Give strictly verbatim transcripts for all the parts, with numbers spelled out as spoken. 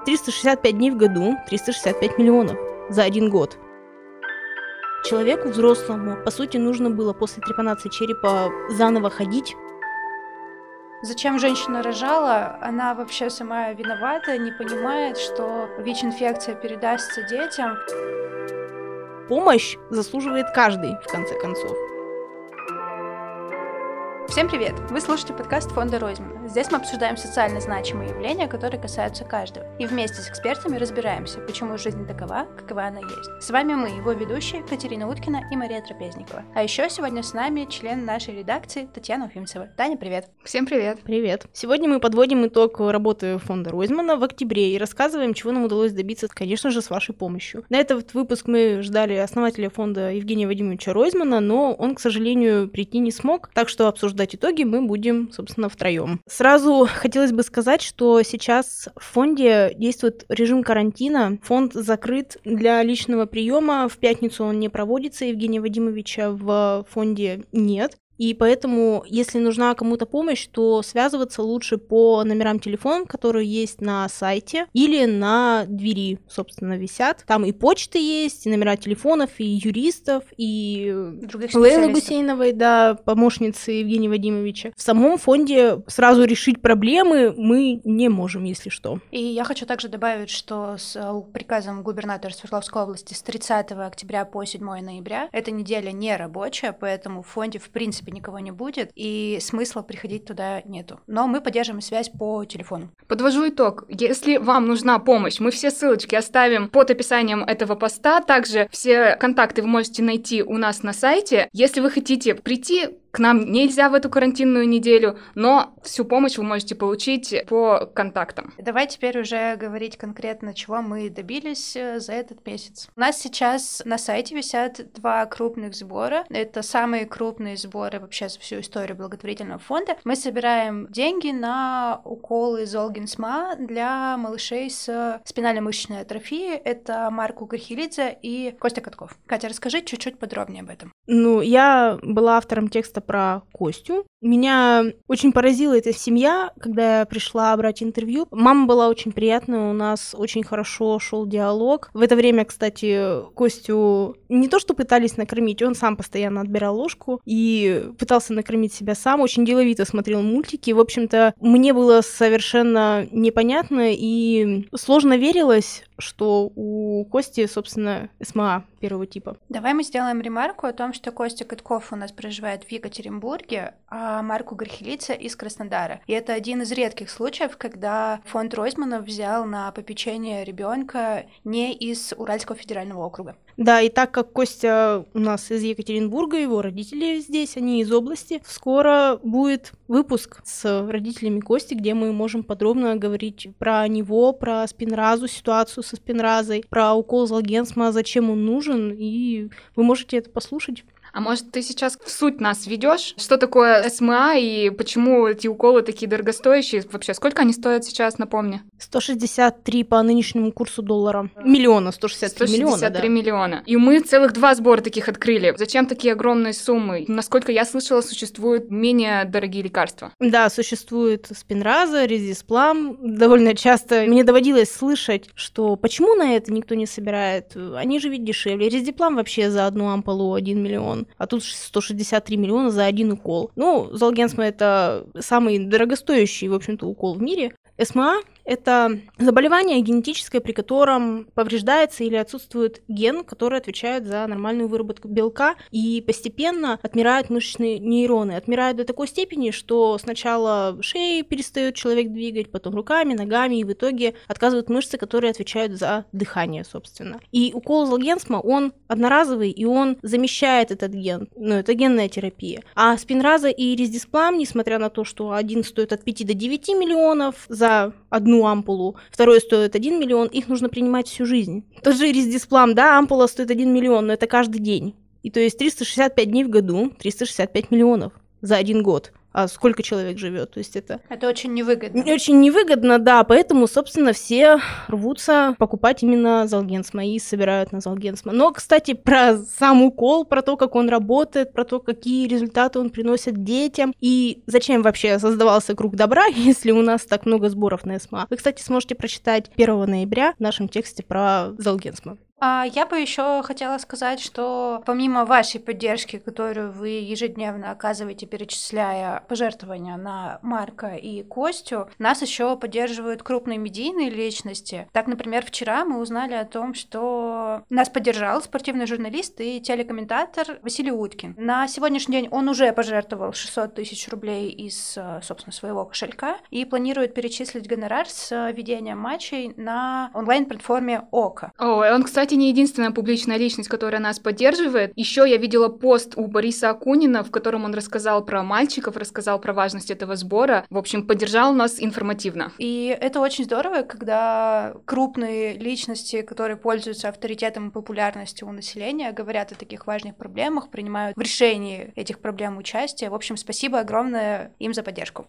триста шестьдесят пять дней в году, триста шестьдесят пять миллионов за один год. Человеку взрослому, по сути, нужно было после трепанации черепа заново ходить. Зачем женщина рожала? Она вообще сама виновата, не понимает, что ВИЧ-инфекция передастся детям. Помощь заслуживает каждый, в конце концов. Всем привет! Вы слушаете подкаст фонда Ройзмана. Здесь мы обсуждаем социально значимые явления, которые касаются каждого. И вместе с экспертами разбираемся, почему жизнь такова, какова она есть. С вами мы, его ведущие, Катерина Уткина и Мария Трапезникова. А еще сегодня с нами член нашей редакции Татьяна Уфимцева. Таня, привет! Всем привет! Привет! Сегодня мы подводим итог работы фонда Ройзмана в октябре и рассказываем, чего нам удалось добиться, конечно же, с вашей помощью. На этот выпуск мы ждали основателя фонда Евгения Вадимовича Ройзмана, но он, к сожалению, прийти не смог, так что обсуждать итоги мы будем, собственно, втроем. Сразу хотелось бы сказать, что сейчас в фонде действует режим карантина. Фонд закрыт для личного приема. В пятницу он не проводится. Евгения Вадимовича в фонде нет. И поэтому, если нужна кому-то помощь, то связываться лучше по номерам телефонов, которые есть на сайте или на двери, собственно, висят. Там и почты есть, и номера телефонов, и юристов, и Лейлы Гусейновой, да, помощницы Евгения Вадимовича. В самом фонде сразу решить проблемы мы не можем, если что. И я хочу также добавить, что с приказом губернатора Свердловской области с тридцатого октября по седьмого ноября эта неделя не рабочая, поэтому в фонде, в принципе, никого не будет, и смысла приходить туда нету. Но мы поддерживаем связь по телефону. Подвожу итог. Если вам нужна помощь, мы все ссылочки оставим под описанием этого поста. Также все контакты вы можете найти у нас на сайте. Если вы хотите прийти, к нам нельзя в эту карантинную неделю, но всю помощь вы можете получить по контактам. Давай теперь уже говорить конкретно, чего мы добились за этот месяц. У нас сейчас на сайте висят два крупных сбора. Это самые крупные сборы вообще за всю историю благотворительного фонда. Мы собираем деньги на уколы Золгенсма для малышей с спинально-мышечной атрофией. Это Марк Гархилидзе и Костя Катков. Катя, расскажи чуть-чуть подробнее об этом. Ну, я была автором текста про Костю. Меня очень поразила эта семья, когда я пришла брать интервью. Мама была очень приятная, у нас очень хорошо шел диалог. В это время, кстати, Костю не то что пытались накормить, он сам постоянно отбирал ложку и пытался накормить себя сам, очень деловито смотрел мультики. В общем-то, мне было совершенно непонятно и сложно верилось, что у Кости, собственно, СМА первого типа. Давай мы сделаем ремарку о том, что Костя Катков у нас проживает в Екатеринбурге, а Марку Гархилидзе из Краснодара. И это один из редких случаев, когда фонд Ройзмана взял на попечение ребенка не из Уральского федерального округа. Да, и так как Костя у нас из Екатеринбурга, его родители здесь, они из области, скоро будет выпуск с родителями Кости, где мы можем подробно говорить про него, про спинразу, ситуацию со спинразой, про укол Золгенсма, зачем он нужен, и вы можете это послушать. А может, ты сейчас в суть нас ведешь? Что такое СМА и почему эти уколы такие дорогостоящие? Вообще, сколько они стоят сейчас, напомни? сто шестьдесят три по нынешнему курсу доллара. Миллиона, сто шестьдесят три миллиона, сто шестьдесят три миллиона. И мы целых два сбора таких открыли. Зачем такие огромные суммы? Насколько я слышала, существуют менее дорогие лекарства. Да, существует спинраза, резисплам. Довольно часто мне доводилось слышать, что почему на это никто не собирает? Они же ведь дешевле. Резисплам вообще за одну ампулу один миллион. А тут сто шестьдесят три миллиона за один укол. Ну, Золгенсма — это самый дорогостоящий, в общем-то, укол в мире. СМА — это заболевание генетическое, при котором повреждается или отсутствует ген, который отвечает за нормальную выработку белка, и постепенно отмирают мышечные нейроны. Отмирают до такой степени, что сначала шеей перестает человек двигать, потом руками, ногами, и в итоге отказывают мышцы, которые отвечают за дыхание, собственно. И укол Золгенсма, он одноразовый, и он замещает этот ген. Ну, это генная терапия. А спинраза и резисплам, несмотря на то, что один стоит от пяти до девяти миллионов за за одну ампулу, второй стоит один миллион, их нужно принимать всю жизнь. Тот же резисплам, да, ампула стоит один миллион, но это каждый день. И то есть триста шестьдесят пять дней в году, триста шестьдесят пять миллионов за один год. а сколько человек живет. То есть это... Это очень невыгодно. Очень невыгодно, да, поэтому, собственно, все рвутся покупать именно Золгенсма и собирают на Золгенсма. Но, кстати, про сам укол, про то, как он работает, про то, какие результаты он приносит детям и зачем вообще создавался круг добра, если у нас так много сборов на ЭСМА. Вы, кстати, сможете прочитать первого ноября в нашем тексте про Золгенсма. А я бы еще хотела сказать, что помимо вашей поддержки, которую вы ежедневно оказываете, перечисляя пожертвования на Марка и Костю, нас еще поддерживают крупные медийные личности. Так, например, вчера мы узнали о том, что нас поддержал спортивный журналист и телекомментатор Василий Уткин. На сегодняшний день он уже пожертвовал шестьсот тысяч рублей из, собственно, своего кошелька и планирует перечислить гонорар с ведением матчей на онлайн-платформе ОКО. О, он, кстати, не единственная публичная личность, которая нас поддерживает. Еще я видела пост у Бориса Акунина, в котором он рассказал про мальчиков, рассказал про важность этого сбора. В общем, поддержал нас информативно. И это очень здорово, когда крупные личности, которые пользуются авторитетом и популярностью у населения, говорят о таких важных проблемах, принимают в решении этих проблем участие. В общем, спасибо огромное им за поддержку.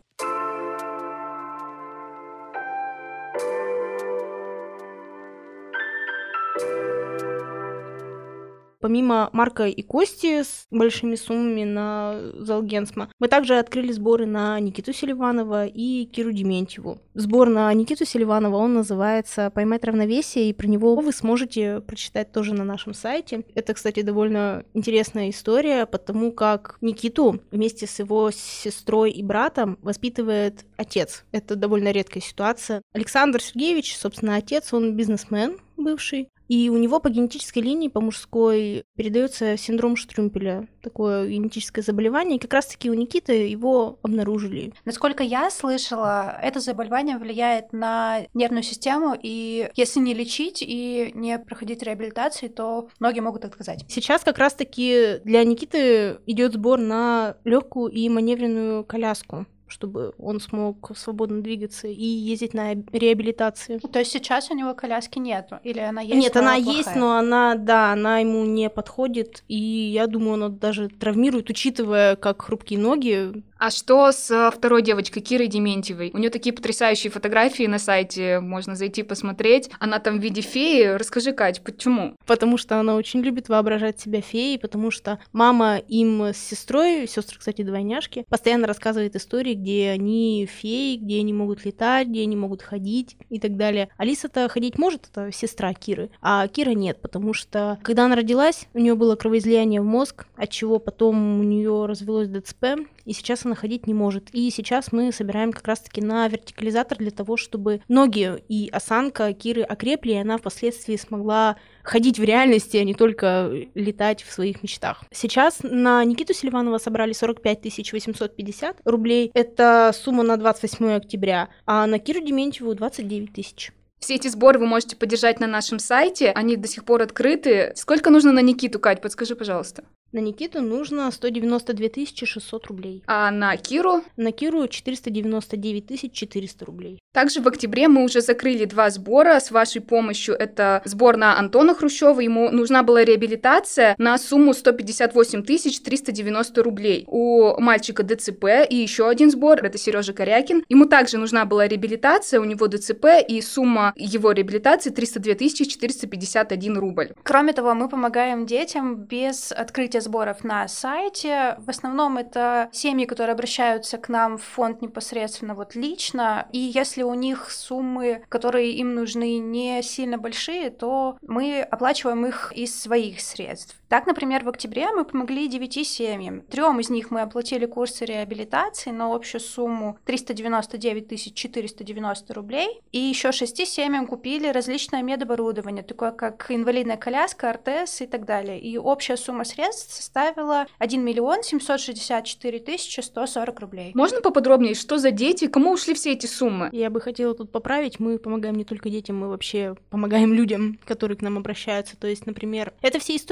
Помимо Марка и Кости с большими суммами на Золгенсма, мы также открыли сборы на Никиту Селиванова и Киру Дементьеву. Сбор на Никиту Селиванова, он называется «Поймать равновесие», и про него вы сможете прочитать тоже на нашем сайте. Это, кстати, довольно интересная история, потому как Никиту вместе с его сестрой и братом воспитывает отец. Это довольно редкая ситуация. Александр Сергеевич, собственно, отец, он бизнесмен бывший, и у него по генетической линии, по мужской, передается синдром Штрюмпеля, такое генетическое заболевание, и как раз-таки у Никиты его обнаружили. Насколько я слышала, это заболевание влияет на нервную систему, и если не лечить и не проходить реабилитацию, то многие могут отказать. Сейчас как раз-таки для Никиты идет сбор на легкую и маневренную коляску, чтобы он смог свободно двигаться и ездить на реабилитации. То есть сейчас у него коляски нету? Или она есть? Нет, она плохая? есть, но она, да, она ему не подходит, и я думаю, она даже травмирует, учитывая, как хрупкие ноги. А что с второй девочкой, Кирой Дементьевой? У нее такие потрясающие фотографии на сайте, можно зайти посмотреть. Она там в виде феи. Расскажи, Кать, почему? Потому что она очень любит воображать себя феей, потому что мама им с сестрой, сестры, кстати, двойняшки, постоянно рассказывает истории, где они феи, где они могут летать, где они могут ходить и так далее. Алиса-то ходить может, это сестра Киры, а Кира нет, потому что когда она родилась, у нее было кровоизлияние в мозг, от чего потом у нее развелось ДЦП, и сейчас она ходить не может. И сейчас мы собираем как раз-таки на вертикализатор для того, чтобы ноги и осанка Киры окрепли, и она впоследствии смогла ходить в реальности, а не только летать в своих мечтах. Сейчас на Никиту Селиванова собрали сорок пять тысяч восемьсот пятьдесят рублей. Это сумма на двадцать восьмое октября, а на Киру Дементьеву двадцать девять тысяч. Все эти сборы вы можете поддержать на нашем сайте, они до сих пор открыты. Сколько нужно на Никиту, Кать, подскажи, пожалуйста. На Никиту нужно сто девяносто две тысячи шестьсот рублей. А на Киру? На Киру четыреста девяносто девять тысяч четыреста рублей. Также в октябре мы уже закрыли два сбора с вашей помощью. Это сбор на Антона Хрущева. Ему нужна была реабилитация на сумму сто пятьдесят восемь тысяч триста девяносто рублей. У мальчика ДЦП и еще один сбор, это Сережа Корякин. Ему также нужна была реабилитация, у него ДЦП, и сумма его реабилитации триста две тысячи четыреста пятьдесят один рубль. Кроме того, мы помогаем детям без открытия сборов на сайте. В основном это семьи, которые обращаются к нам в фонд непосредственно вот лично, и если у них суммы, которые им нужны, не сильно большие, то мы оплачиваем их из своих средств. Так, например, в октябре мы помогли девяти семьям. Трем из них мы оплатили курсы реабилитации на общую сумму триста девяносто девять тысяч четыреста девяносто рублей, и еще шести семьям купили различное медоборудование, такое как инвалидная коляска, ортез и так далее. И общая сумма средств составила один миллион семьсот шестьдесят четыре тысячи сто сорок рублей. Можно поподробнее, что за дети, кому ушли все эти суммы? Я бы хотела тут поправить, мы помогаем не только детям, мы вообще помогаем людям, которые к нам обращаются. То есть, например, это все истории, которые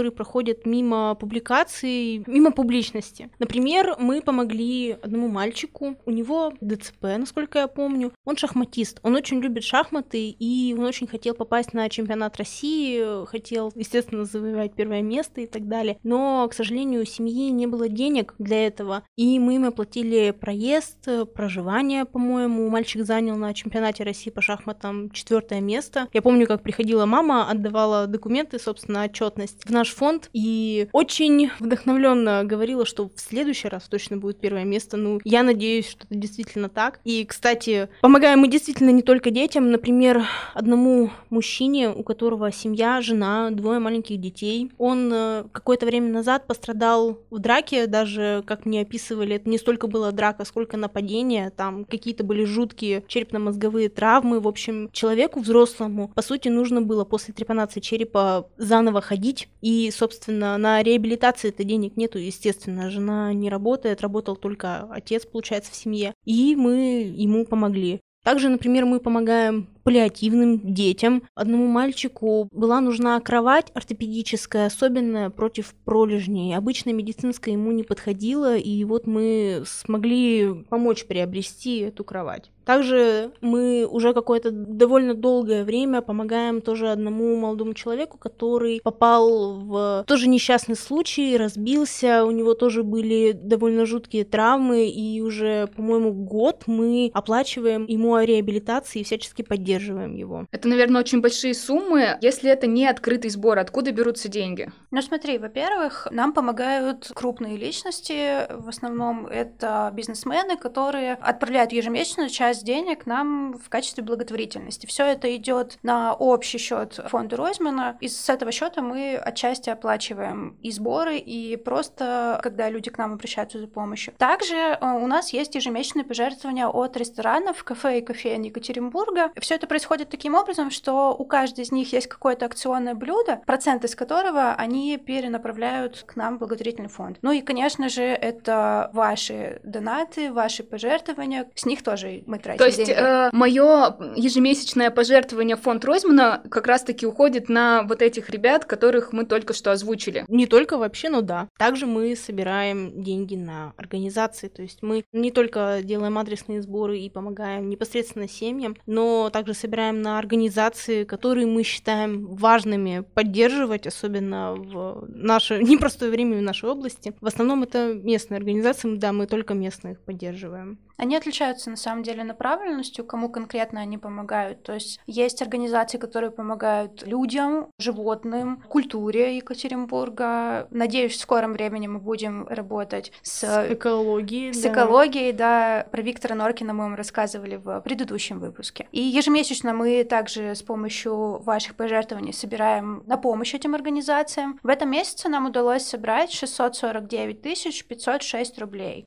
которые проходят мимо публикации, мимо публичности. Например, мы помогли одному мальчику, у него ДЦП, насколько я помню. Он шахматист, он очень любит шахматы, и он очень хотел попасть на чемпионат России, хотел, естественно, завоевать первое место и так далее. Но, к сожалению, у семьи не было денег для этого, и мы им оплатили проезд, проживание, по-моему. Мальчик занял на чемпионате России по шахматам четвертое место. Я помню, как приходила мама, отдавала документы, собственно, отчетность в наш фонд, и очень вдохновленно говорила, что в следующий раз точно будет первое место. Ну, я надеюсь, что это действительно так. И, кстати, помогаем мы действительно не только детям. Например, одному мужчине, у которого семья, жена, двое маленьких детей. Он э, какое-то время назад пострадал в драке, даже, как мне описывали, это не столько была драка, сколько нападение, там какие-то были жуткие черепно-мозговые травмы. В общем, человеку взрослому, по сути, нужно было после трепанации черепа заново ходить, и, собственно, на реабилитации это денег нету, естественно, жена не работает, работал только отец, получается, в семье, и мы ему помогли. Также, например, мы помогаем паллиативным детям. Одному мальчику была нужна кровать ортопедическая, особенно против пролежней. Обычная медицинская ему не подходила, и вот мы смогли помочь приобрести эту кровать. Также мы уже какое-то довольно долгое время помогаем тоже одному молодому человеку, который попал в тоже несчастный случай, разбился, у него тоже были довольно жуткие травмы, и уже, по-моему, год мы оплачиваем ему реабилитацию и всячески поддерживаем его. Это, наверное, очень большие суммы. Если это не открытый сбор, откуда берутся деньги? Ну смотри, во-первых, нам помогают крупные личности, в основном это бизнесмены, которые отправляют ежемесячную часть денег нам в качестве благотворительности. Все это идет на общий счет фонда Ройзмана, и с этого счета мы отчасти оплачиваем и сборы, и просто, когда люди к нам обращаются за помощью. Также у нас есть ежемесячные пожертвования от ресторанов, кафе и кофеен Екатеринбурга. Все это происходит таким образом, что у каждой из них есть какое-то акционное блюдо, процент из которого они перенаправляют к нам в благотворительный фонд. Ну и, конечно же, это ваши донаты, ваши пожертвования, с них тоже мы тратим. То есть э, мое ежемесячное пожертвование в фонд Ройзмана как раз-таки уходит на вот этих ребят, которых мы только что озвучили. Не только вообще, но да. Также мы собираем деньги на организации, то есть мы не только делаем адресные сборы и помогаем непосредственно семьям, но также собираем на организации, которые мы считаем важными поддерживать, особенно в наше непростое время в нашей области. В основном это местные организации, да, мы только местных поддерживаем. Они отличаются, на самом деле, направленностью, кому конкретно они помогают. То есть есть организации, которые помогают людям, животным, культуре Екатеринбурга. Надеюсь, в скором времени мы будем работать с, с экологией. С да. экологией, да. Про Виктора Норкина мы вам рассказывали в предыдущем выпуске. И ежемесячно мы также с помощью ваших пожертвований собираем на помощь этим организациям. В этом месяце нам удалось собрать шестьсот сорок девять тысяч пятьсот шесть рублей.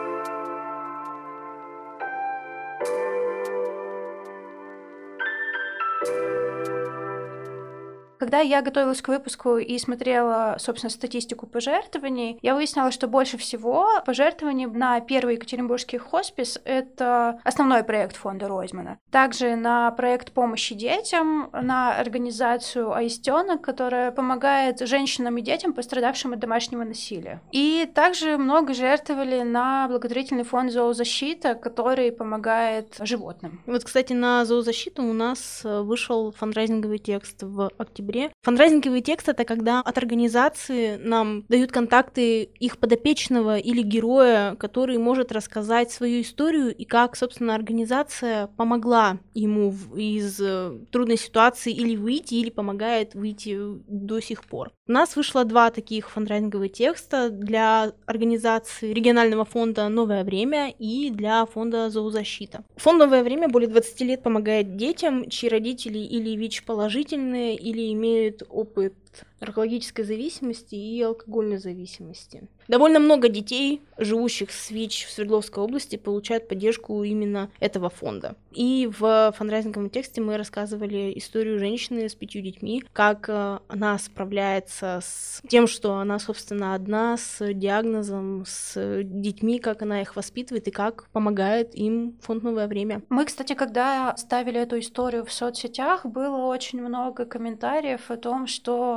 Когда я готовилась к выпуску и смотрела, собственно, статистику пожертвований, я выяснила, что больше всего пожертвований на первый екатеринбургский хоспис — это основной проект фонда Ройзмана. Также на проект помощи детям, на организацию «Аистенок», которая помогает женщинам и детям, пострадавшим от домашнего насилия. И также много жертвовали на благотворительный фонд «Зоозащита», который помогает животным. Вот, кстати, на «Зоозащиту» у нас вышел фандрайзинговый текст в октябре. Фандрайзинговый текст — это когда от организации нам дают контакты их подопечного или героя, который может рассказать свою историю и как, собственно, организация помогла ему из трудной ситуации или выйти, или помогает выйти до сих пор. У нас вышло два таких фандрайзинговых текста для организации регионального фонда «Новое время» и для фонда «Зоозащита». Фонд «Новое время» более двадцати лет помогает детям, чьи родители или ВИЧ-положительные, или имеют опыт наркологической зависимости и алкогольной зависимости. Довольно много детей, живущих с ВИЧ в Свердловской области, получают поддержку именно этого фонда. И в фандрайзинговом тексте мы рассказывали историю женщины с пятью детьми, как она справляется с тем, что она, собственно, одна, с диагнозом, с детьми, как она их воспитывает и как помогает им фонд «Новое время». Мы, кстати, когда ставили эту историю в соцсетях, было очень много комментариев о том, что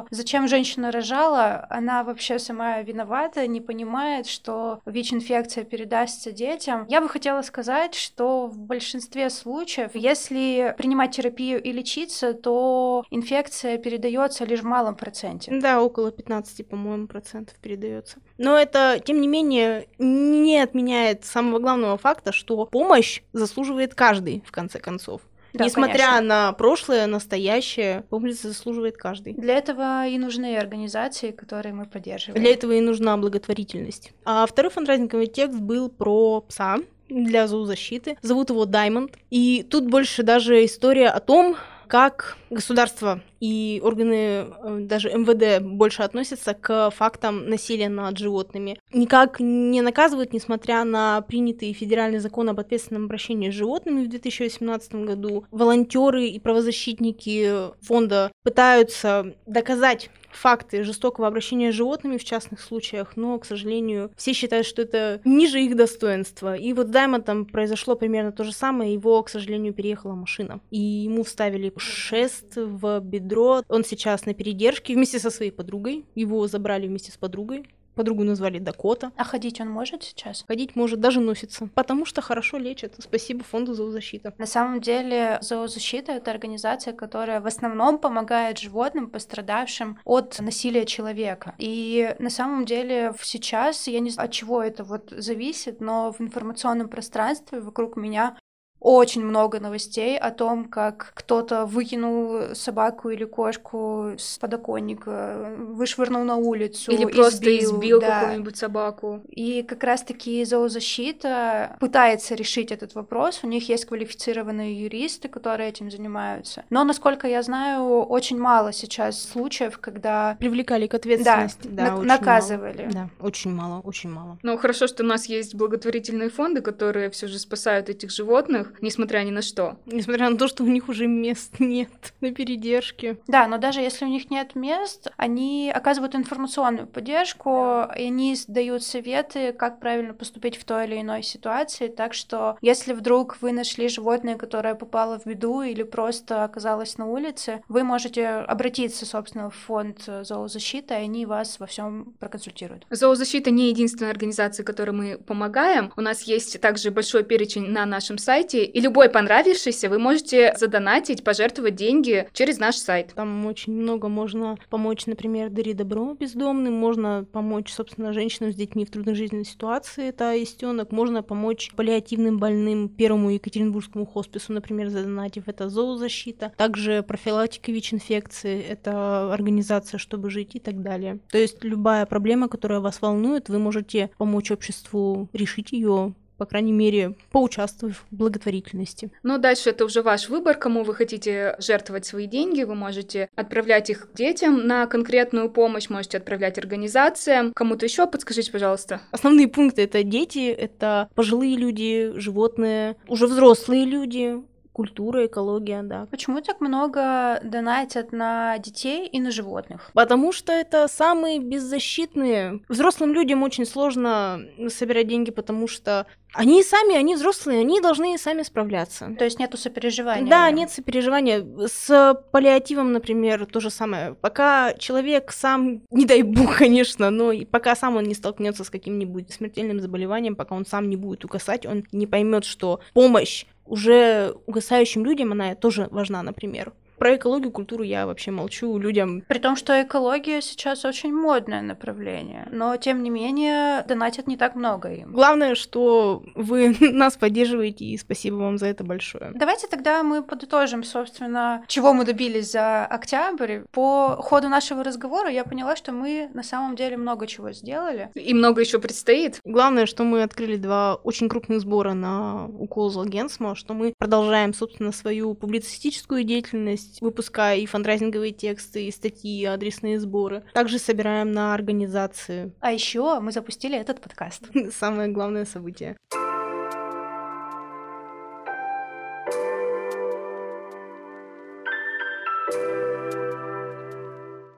что зачем женщина рожала, она вообще сама виновата, не понимает, что ВИЧ-инфекция передастся детям. Я бы хотела сказать, что в большинстве случаев, если принимать терапию и лечиться, то инфекция передается лишь в малом проценте. Да, около пятнадцать, по-моему, процентов передается. Но это, тем не менее, не отменяет самого главного факта, что помощь заслуживает каждый, в конце концов. Да, Несмотря конечно. на прошлое, настоящее, помощь заслуживает каждый. Для этого и нужны организации, которые мы поддерживаем. Для этого и нужна благотворительность. А второй фандрайзинговый текст был про пса для зоозащиты. Зовут его Даймонд. И тут больше даже история о том, как государство и органы, даже эм вэ дэ, больше относятся к фактам насилия над животными. Никак не наказывают, несмотря на принятый федеральный закон об ответственном обращении с животными в две тысячи восемнадцатом году. Волонтеры и правозащитники фонда пытаются доказать факты жестокого обращения с животными в частных случаях, но, к сожалению, все считают, что это ниже их достоинства. И вот с Даймондом произошло примерно то же самое. Его, к сожалению, переехала машина. И ему вставили шест в бедро. Он сейчас на передержке вместе со своей подругой. Его забрали вместе с подругой. Подругу назвали Дакота. А ходить он может сейчас? Ходить может, даже носится. Потому что хорошо лечат. Спасибо фонду «Зоозащита». На самом деле «Зоозащита» — это организация, которая в основном помогает животным, пострадавшим от насилия человека. И на самом деле сейчас, я не знаю, от чего это вот зависит, но в информационном пространстве вокруг меня очень много новостей о том, как кто-то выкинул собаку или кошку с подоконника, вышвырнул на улицу. Или просто избил, избил да. какую-нибудь собаку. И как раз-таки «Зоозащита» пытается решить этот вопрос. У них есть квалифицированные юристы, которые этим занимаются. Но, насколько я знаю, очень мало сейчас случаев, когда... Привлекали к ответственности. Да, да на- наказывали. Мало. Да, очень мало, очень мало. Ну, хорошо, что у нас есть благотворительные фонды, которые все же спасают этих животных, несмотря ни на что. Несмотря на то, что у них уже мест нет на передержке. Да, но даже если у них нет мест, они оказывают информационную поддержку, и они дают советы, как правильно поступить в той или иной ситуации. Так что, если вдруг вы нашли животное, которое попало в беду или просто оказалось на улице, вы можете обратиться, собственно, в фонд «Зоозащита», и они вас во всем проконсультируют. «Зоозащита» не единственная организация, которой мы помогаем. У нас есть также большой перечень на нашем сайте, и любой понравившийся вы можете задонатить, пожертвовать деньги через наш сайт. Там очень много можно помочь, например, «Дари добро» бездомным, можно помочь, собственно, женщинам с детьми в трудной жизненной ситуации, это «Аистёнок», можно помочь паллиативным больным Первому Екатеринбургскому хоспису, например, задонатив, это «Зоозащита», также профилактика ВИЧ-инфекции, это организация «Чтобы жить» и так далее. То есть любая проблема, которая вас волнует, вы можете помочь обществу решить ее, по крайней мере, поучаствовав в благотворительности. Но дальше это уже ваш выбор, кому вы хотите жертвовать свои деньги. Вы можете отправлять их детям на конкретную помощь, можете отправлять организациям. Кому-то еще подскажите, пожалуйста. Основные пункты — это дети, это пожилые люди, животные, уже взрослые люди, культура, экология, да. Почему так много донатят на детей и на животных? Потому что это самые беззащитные. Взрослым людям очень сложно собирать деньги, потому что они сами, они взрослые, они должны сами справляться. То есть нету сопереживания? Да, нет сопереживания. С паллиативом, например, то же самое. Пока человек сам, не дай бог, конечно, но и пока сам он не столкнется с каким-нибудь смертельным заболеванием, пока он сам не будет угасать, он не поймет, что помощь уже угасающим людям, она тоже важна, например. Про экологию, культуру я вообще молчу людям. При том, что экология сейчас очень модное направление, но, тем не менее, донатят не так много им. Главное, что вы нас поддерживаете, и спасибо вам за это большое. Давайте тогда мы подытожим, собственно, чего мы добились за октябрь. По ходу нашего разговора я поняла, что мы на самом деле много чего сделали. И много еще предстоит. Главное, что мы открыли два очень крупных сбора на укол Золгенсма, что мы продолжаем, собственно, свою публицистическую деятельность, выпуская и фандрайзинговые тексты, и статьи, и адресные сборы. Также собираем на организации. А еще мы запустили этот подкаст. Самое главное событие.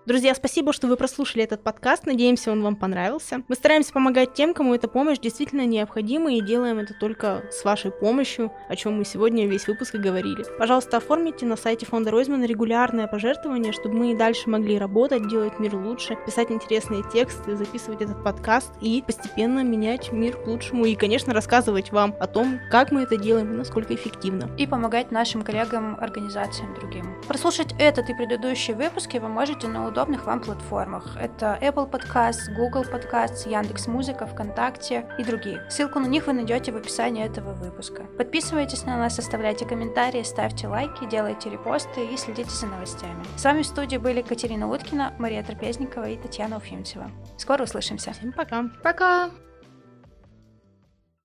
Друзья, спасибо, что вы прослушали этот подкаст. Надеемся, он вам понравился. Мы стараемся помогать тем, кому эта помощь действительно необходима, и делаем это только с вашей помощью, о чем мы сегодня весь выпуск и говорили. Пожалуйста, оформите на сайте фонда Ройзман регулярное пожертвование, чтобы мы и дальше могли работать, делать мир лучше, писать интересные тексты, записывать этот подкаст и постепенно менять мир к лучшему. И, конечно, рассказывать вам о том, как мы это делаем и насколько эффективно. И помогать нашим коллегам, организациям другим. Прослушать этот и предыдущие выпуски вы можете на удобных вам платформах. Это Apple Podcasts, Google Podcasts, Яндекс.Музыка, ВКонтакте и другие. Ссылку на них вы найдете в описании этого выпуска. Подписывайтесь на нас, оставляйте комментарии, ставьте лайки, делайте репосты и следите за новостями. С вами в студии были Катерина Уткина, Мария Трапезникова и Татьяна Уфимцева. Скоро услышимся. Всем пока. Пока!